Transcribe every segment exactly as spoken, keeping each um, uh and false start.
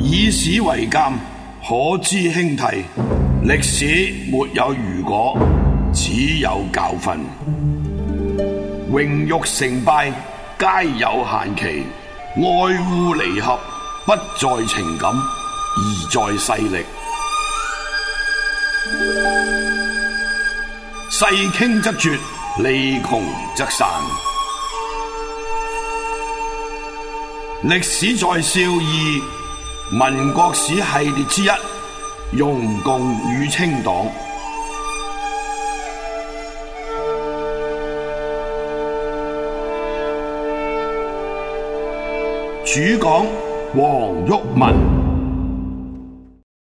以史為鑑，可知興替。歷史沒有如果，只有教訓。榮辱成敗皆有限期，愛惡離合不在情感，而在勢力。世傾則絕，利窮則散。歷史在笑貳，民國史系列之一，容共與清黨。主講黃毓民。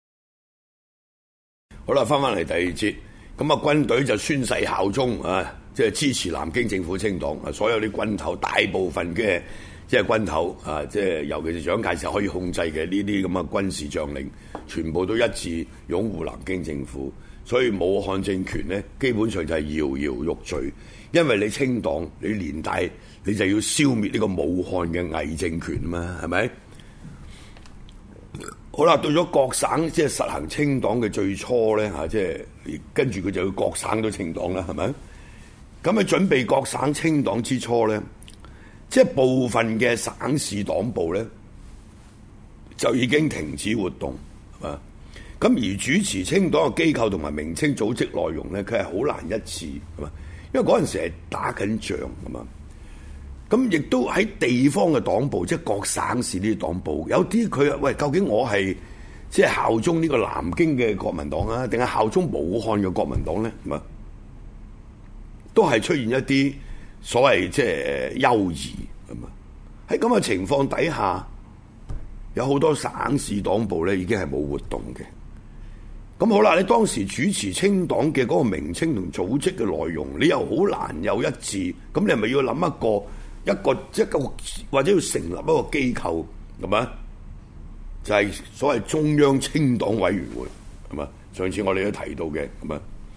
好啦，翻翻嚟第二節，咁啊軍隊就宣誓效忠啊，即係支持南京政府清黨啊，所有啲軍頭，大部分嘅即係軍頭啊，即係尤其是蔣介石可以控制嘅呢啲咁嘅軍事將領，全部都一致擁護南京政府，所以武漢政權呢，基本上就係搖搖欲墜，因為你清黨，你連帶你就要消滅呢個武漢嘅偽政權啊嘛，係咪？好啦，到咗各省即係實行清黨嘅最初咧嚇，即係跟住佢就要各省都清黨啦，係咪？咁喺準備各省清黨之初咧，即係部分嘅省市黨部咧就已經停止活動，係嘛？咁而主持清黨嘅機構同埋名稱組織內容咧，佢係好難一致，係嘛？因為嗰陣時係打緊仗，係嘛？咁亦都喺地方嘅黨部，即係各省市呢啲黨部，有啲佢話喂，究竟我係即係效忠呢個南京嘅國民黨啊，定係效忠武漢嘅國民黨咧？咁啊，都係出現一啲所謂即係猶疑咁啊。喺咁嘅情況底下，有好多省市黨部咧已經係冇活動嘅。咁好啦，你當時主持清黨嘅嗰個名稱同組織嘅內容，你又好難有一致，咁你係咪要諗一個？一個一個或者要成立一個機構，係嘛？就係、是、所謂中央清黨委員會，係嘛？上次我哋都提到嘅，係嘛？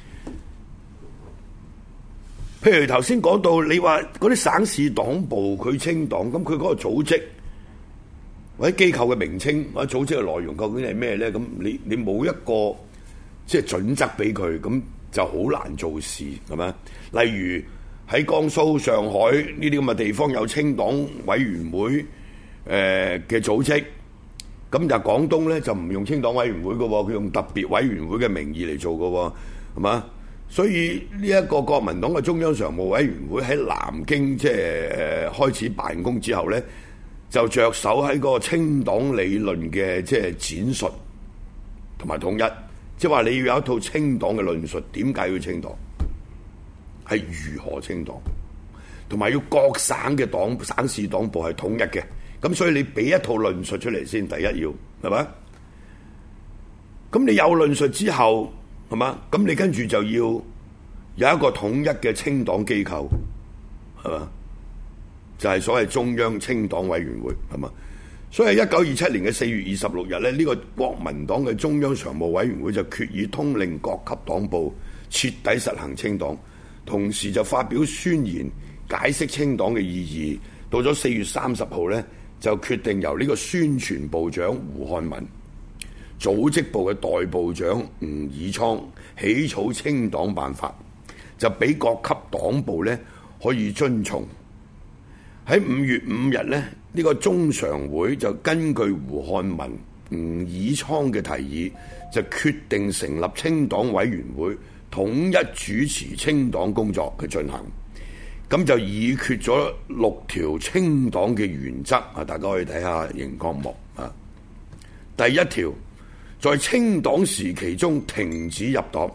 譬如頭先講到，你話嗰啲省市黨部佢清黨，咁佢嗰個組織或者機構嘅名稱或者組織嘅內容究竟係咩咧？咁你你冇一個即係準則俾佢，咁就好難做事，係嘛？例如，喺江蘇、上海呢啲咁嘅地方有清黨委員會誒嘅、呃、組織，咁就廣東咧就唔用清黨委員會嘅，佢用特別委員會嘅名義嚟做嘅，係嘛？所以呢一個國民黨嘅中央常務委員會喺南京即係誒、呃、開始辦公之後咧，就着手喺個清黨理論嘅即係闡述同埋統一，即係話你要有一套清黨嘅論述，點解要清黨？係如何清黨，同埋要各省嘅黨省市黨部係統一嘅，咁所以你俾一套論述出嚟先，第一要係嘛？咁你有論述之後係嘛？咁你跟住就要有一個統一嘅清黨機構係嘛？就係、是、所謂中央清黨委員會係嘛？所以一九二七年嘅四月二十六日咧，呢、這個國民黨嘅中央常務委員會就決議通令各級黨部徹底實行清黨。同時就發表宣言解釋清黨嘅意義。到咗四月三十號呢，就決定由呢個宣傳部長胡漢民、組織部嘅代部長吳以倉起草清黨辦法，就俾各級黨部呢可以遵從。喺五月五日呢，呢、呢個中常會就根據胡漢民、吳以倉嘅提議，就決定成立清黨委員會，統一主持清黨工作嘅進行，咁就議決咗六條清黨嘅原則啊！大家可以睇下熒光幕啊。第一條，在清黨時期中停止入黨；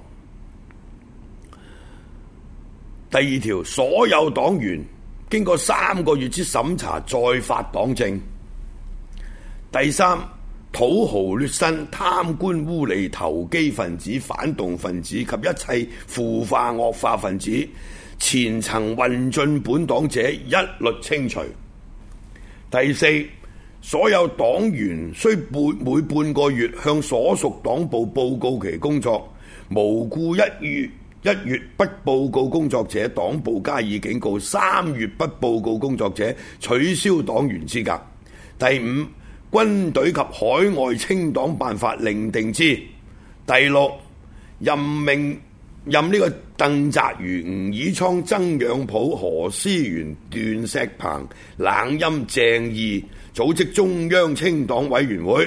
第二條，所有黨員經過三個月之審查再發黨證；第三，土豪劣紳、貪官污吏、投機分子、反動分子及一切腐化惡化分子，前曾混進本黨者一律清除。第四，所有黨員須每半個月向所屬黨部報告其工作，無故一月一月不報告工作者，黨部加以警告；三月不報告工作者，取消黨員資格。第五， 軍隊及海外清黨辦法另定之。第六，任命任呢個鄧澤如、吳以倉、曾養甫、何思源、段石鵬、冷欽、鄭義組織中央清黨委員會。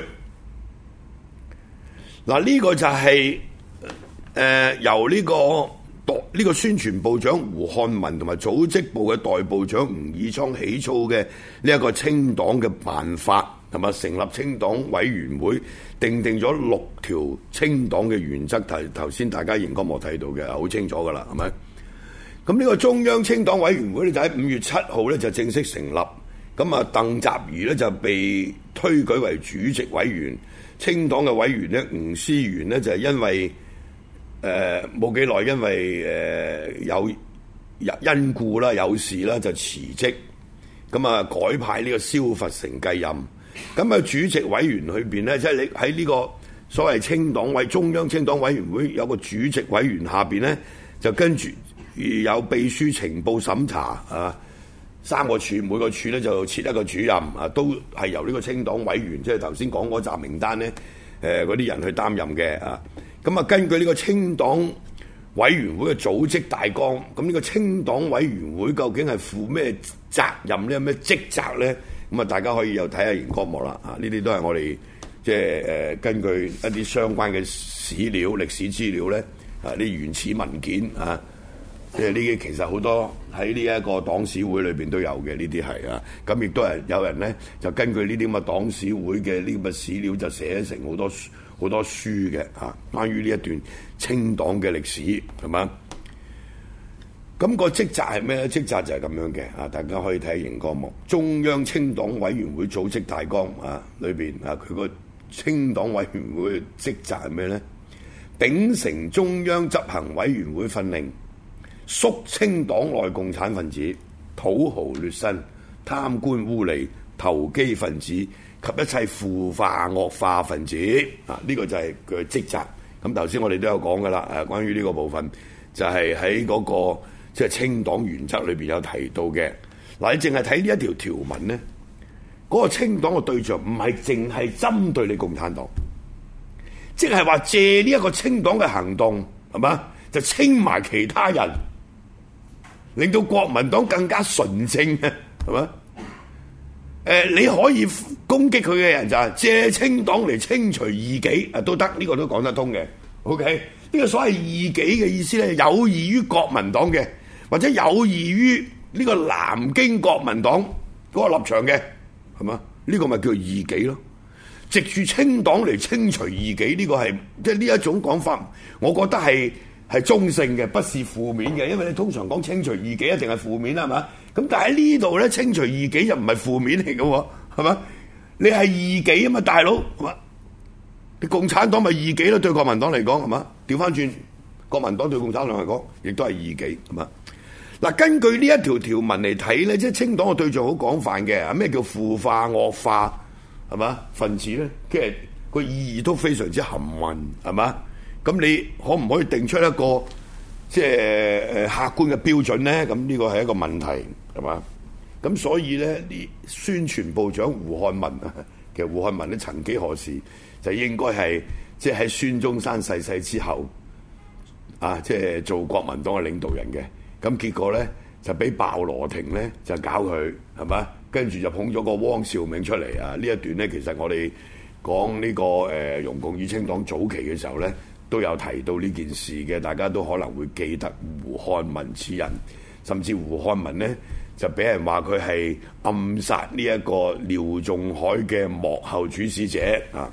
嗱，呢個就係、是、誒、呃、由呢、這個呢、這個宣傳部長胡漢民同埋組織部嘅代部長吳以倉起草嘅呢一個清黨嘅辦法，同埋成立清黨委員會，定定咗六條清黨嘅原則。頭頭先大家熒光幕睇到嘅，好清楚噶啦，係咪？咁呢個中央清黨委員會咧就喺五月七號咧就正式成立。咁啊，鄧澤如咧就被推舉為主席委員。清黨嘅委員咧，吳思源咧就係因為誒冇幾耐，因為誒、呃、有因故啦、有事啦，就辭職。咁啊，改派呢個蕭佛成繼任。咁啊，主席委員裏邊咧，即係你喺呢個所謂清黨委中央清黨委員會有個主席委員下邊咧，就跟住有秘書、情報審查啊。三個處，每個處咧就設一個主任，啊，都係由呢個清黨委員，即係頭先講嗰紮名單咧，誒嗰啲人去擔任嘅啊。咁啊，根據呢個清黨委員會嘅組織大綱，咁呢個清黨委員會究竟係負咩責任咧？有咩職責咧？咁啊，大家可以又睇下熒光幕啦。啊，呢啲都係我哋即係誒根據一啲相關嘅史料、歷史資料咧，啊啲原始文件啊。即係呢啲其實好多喺呢一個黨史會裏邊都有嘅，呢啲係啊，咁亦都係有人咧就根據呢啲咁嘅黨史會嘅呢咁嘅史料就寫成好多好多書嘅啊，關於呢一段清黨嘅歷史係嘛？咁、那個職責係咩咧？職責就係咁樣嘅啊，大家可以睇熒光幕。中央清黨委員會組織大綱啊，裏邊啊佢個清黨委員會嘅職責係咩咧？秉承中央執行委員會訓令，肅清黨內共產分子、土豪劣紳、貪官污吏、投機分子及一切腐化惡化分子啊！呢、這個就係佢嘅職責。咁頭先我哋都有講噶啦，誒，關於呢個部分就係喺嗰個即係、就是、清黨原則裏邊有提到嘅。嗱，你淨係睇呢一條條文咧，嗰、那個清黨嘅對象唔係淨係針對你共產黨，即係話借呢一個清黨嘅行動係嘛，就清埋其他人。令到國民黨更加純正嘅，係嘛？誒、呃，你可以攻擊佢嘅人就係借清黨嚟清除異己，啊都得，呢、這個都講得通嘅。OK，呢個所謂異己嘅意思咧，有益於國民黨嘅，或者有益於呢個南京國民黨嗰個立場嘅，係嘛？呢、這個咪叫異己咯。藉住清黨嚟清除異己，呢、這個係即係呢一種講法，我覺得係。係中性嘅，不是負面嘅，因為你通常講清除異己一定係負面啦，係嘛？咁但係喺呢度咧，清除異己就唔係負面嚟嘅，係嘛？你係異己啊嘛，大佬，係嘛？你共產黨咪異己咯？對國民黨嚟講，係嘛？調翻轉，國民黨對共產黨嚟講，亦都係異己，係嘛？嗱，根據呢一條條文嚟睇咧，即係清黨嘅對象好廣泛嘅，咩叫腐化惡化，係嘛？分子咧，即係個意義都非常之含混，係嘛？咁你可唔可以定出一個即係誒客觀嘅標準咧？咁呢個係一個問題，係嘛？咁所以咧，啲宣傳部長胡漢民啊，其實胡漢民咧曾幾何時就應該係即係喺孫中山逝世之後啊，即係做國民黨嘅領導人嘅。咁結果咧就俾鮑羅廷咧就搞佢，係嘛？跟住就捧咗個汪兆銘出嚟啊！呢一段咧其實我哋講呢個誒容共與清黨早期嘅時候咧，都有提到呢件事嘅，大家都可能會記得胡漢民此人，甚至胡漢民呢，就俾人話佢係暗殺呢一個廖仲愷嘅幕後主使者啊！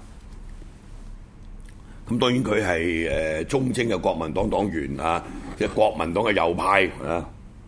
咁當然佢係誒忠貞嘅國民黨黨員啊，即係國民黨嘅右派啊。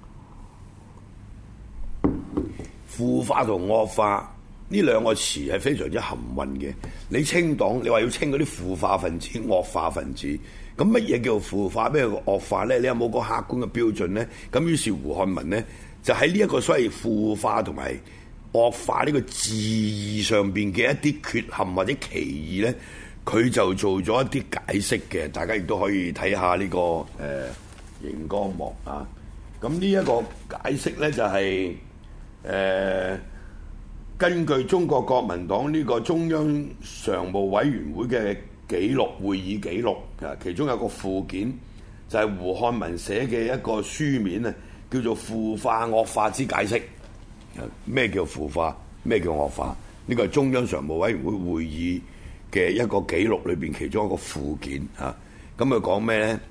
腐化同惡化呢兩個詞係非常之含混嘅。你清黨，你話要清嗰啲腐化分子、惡化分子，咁乜嘢叫腐化？咩叫惡化咧？你有冇個客觀嘅標準咧？咁於是胡漢民咧就喺呢一個所謂腐化同埋惡化呢個字義上邊嘅一啲缺陷或者歧義咧，佢就做咗一啲解釋嘅。大家亦都可以睇下呢、這個誒熒光幕啊。咁呢一個解釋咧就係、是、誒。呃根據中國國民黨呢個中央常務委員會嘅記錄會議記錄啊，其中有個附件就係胡漢民寫嘅一個書面啊，叫做腐化惡化之解釋。咩叫腐化？咩叫惡化？呢個係中央常務委員會會議嘅一個記錄裏邊其中一個附件啊。咁佢講咩呢？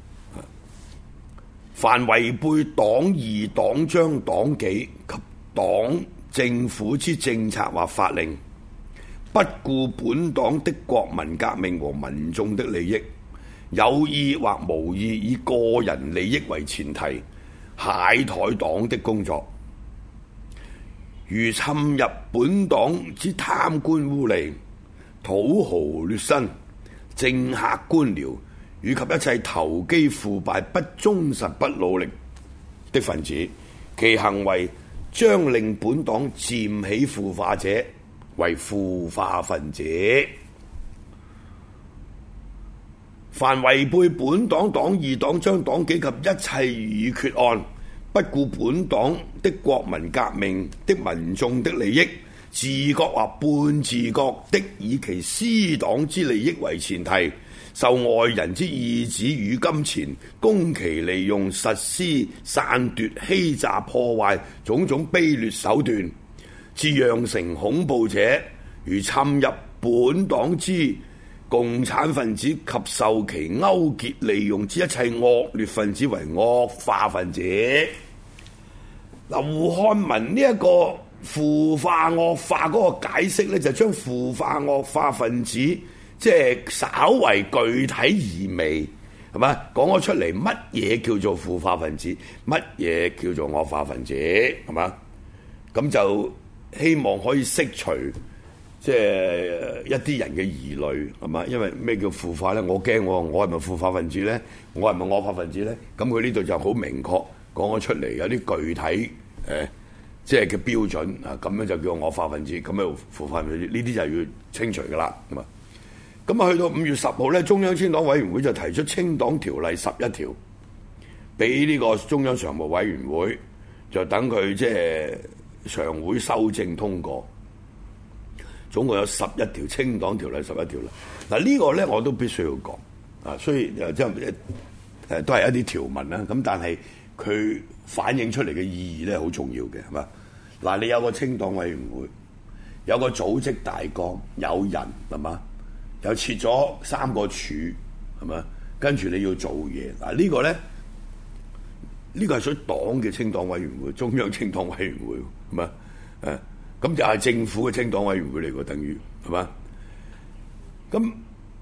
凡違背黨義、黨章、黨紀及黨政府之政策或法令，不顧本黨的國民革命和民眾的利益，有意或無意以個人利益為前提，懈怠黨的工作，如侵入本黨之貪官污吏、土豪劣紳、政客官僚以及一切投機腐敗、不忠實、不努力的分子，其行為將令本黨漸起腐化者，為腐化分子。凡違背本黨黨義、黨章、黨紀及一切議決案，不顧本黨的國民革命的民眾的利益，自覺或半自覺的以其私黨之利益為前提，受外人之意指與金錢，供其利用，實施散奪、欺詐、破壞種種卑劣手段，至釀成恐怖者，如侵入本黨之共產分子及受其勾結利用之一切惡劣分子為惡化分子。嗱，胡漢民呢一個腐化惡化嗰個解釋咧，就將腐化惡化分子即係稍為具體而微，係嘛？講咗出嚟，乜嘢叫做腐化分子，乜嘢叫做惡化分子，係嘛？咁就希望可以釋除即係一啲人嘅疑慮，係嘛？因為咩叫腐化咧？我驚我我係咪腐化分子咧？我係咪惡化分子咧？咁佢呢度就好明確講咗出嚟，有啲具體誒、呃，即係嘅標準啊，咁樣就叫惡化分子，咁樣腐化分子，呢啲就要清除噶啦，咁啊。咁啊，去到五月十號咧，中央清黨委員會就提出清黨條例十一條，俾呢個中央常務委員會，就等佢即係常會修正通過。總共有十一條清黨條例，十一條啦。嗱，呢個咧我都必須要講啊，所以誒即係誒都係一啲條文啦。咁但係佢反映出嚟嘅意義咧好重要嘅，係嘛？嗱，你有個清黨委員會，有個組織大綱，有人係嘛？又設咗三個處，係嘛？跟住你要做嘢。嗱，呢個咧，呢個係屬於黨嘅清黨委員會，中央清黨委員會，係嘛？誒，咁就係政府嘅清黨委員會嚟嘅，等於係嘛？咁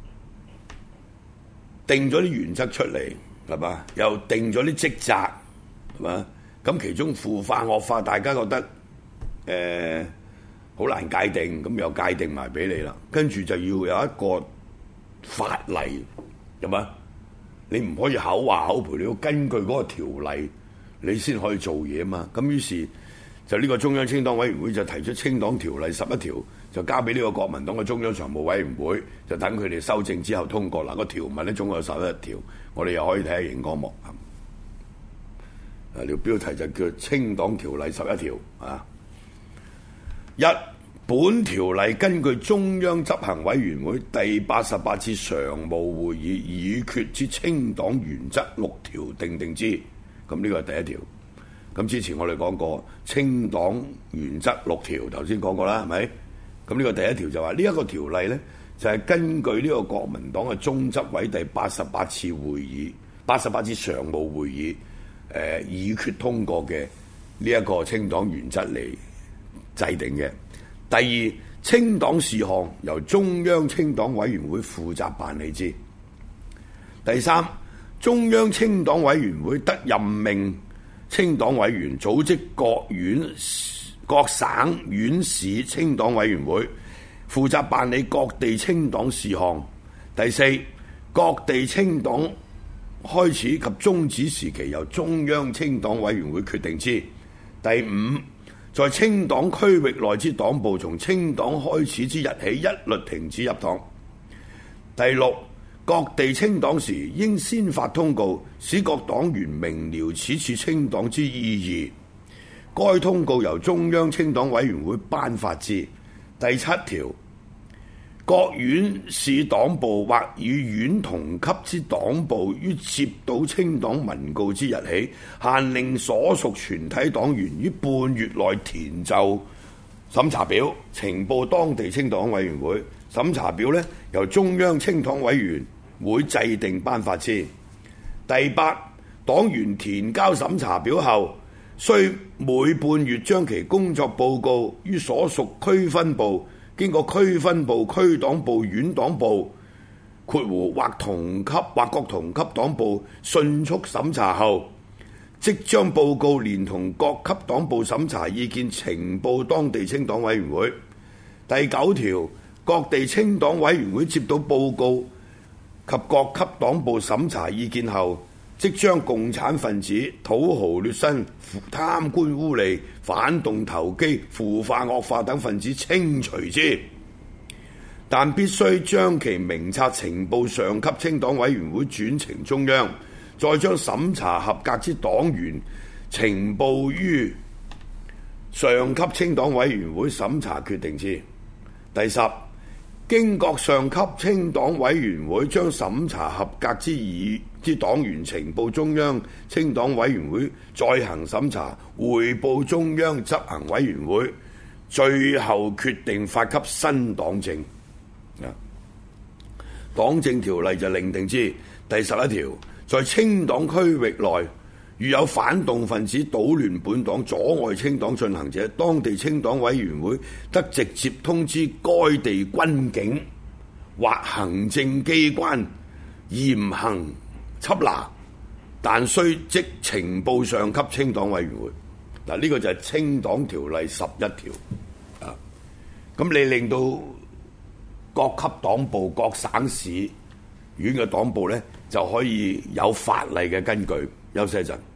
定咗啲原則出嚟，係嘛？又定咗啲職責，係嘛？咁其中腐化惡化，大家覺得誒，呃好難界定，咁又界定埋俾你啦。跟住就要有一個法例，係嘛？你唔可以口話口賠，你要根據嗰個條例，你先可以做嘢嘛。咁於是就呢個中央清黨委員會就提出清黨條例十一條，就交俾呢個國民黨嘅中央常務委員會，就等佢哋修正之後通過。嗱，個條文咧總共有十一條，我哋又可以睇下熒光幕。啊，條標題就叫清黨條例十一條啊。一、本條例根據中央執行委員會第八十八次常務會議議決之清黨原則六條訂定之，咁呢個係第一條。咁之前我哋講過清黨原則六條，頭先講過啦，係咪？咁呢個第一條就話呢一個條例呢，就係、是、根據呢個國民黨嘅中執委第八十八次會議、八十八次常務會議誒、呃、議決通過嘅呢一個清黨原則嚟制定嘅。第二，清黨事項由中央清黨委員會負責辦理之。第三，中央清黨委員會得任命清黨委員，組織各縣、各省、縣市清黨委員會，負責辦理各地清黨事項。第四，各地清黨開始及終止時期由中央清黨委員會決定之。第五，在清黨區域內之黨部，從清黨開始之日起，一律停止入黨。第六，各地清黨時，應先發通告，使各黨員明了此次清黨之意義。 該通告由中央清黨委員會頒發之。第七條，各縣市黨部或與縣同級之黨部於接到清黨文告之日起，限令所屬全體黨員於半月內填就審查表，呈報當地清黨委員會。審查表呢，由中央清黨委員會制定頒發之。第八，黨員填交審查表後，須每半月將其工作報告於所屬區分部經過區分部、區黨部、縣黨部括弧或同級或各同級黨部迅速審查後，即將報告連同各級黨部審查意見呈報當地清黨委員會。第九條，各地清黨委員會接到報告及各級黨部審查意見後，即將共產分子、土豪劣紳、貪官污吏、反動投機、腐化惡化等分子清除之，但必須將其名冊呈報上級清黨委員會轉呈中央，再將審查合格之黨員呈報於上級清黨委員會審查決定之。第十，經各上級清黨委員會將審查合格之議之黨員呈報中央清黨委員會再行審查，匯報中央執行委員會，最後決定發給新黨政。黨政條例就另定之。第十一條，在清黨區域內，如有反動分子搗亂本黨、阻礙清黨進行者，當地清黨委員會得直接通知該地軍警或行政機關嚴行緝拿，但須即呈報上級清黨委員會。嗱，呢個就係清黨條例十一條啊。咁你令到各級黨部、各省市縣嘅黨部呢，就可以有法例嘅根據。休息一陣。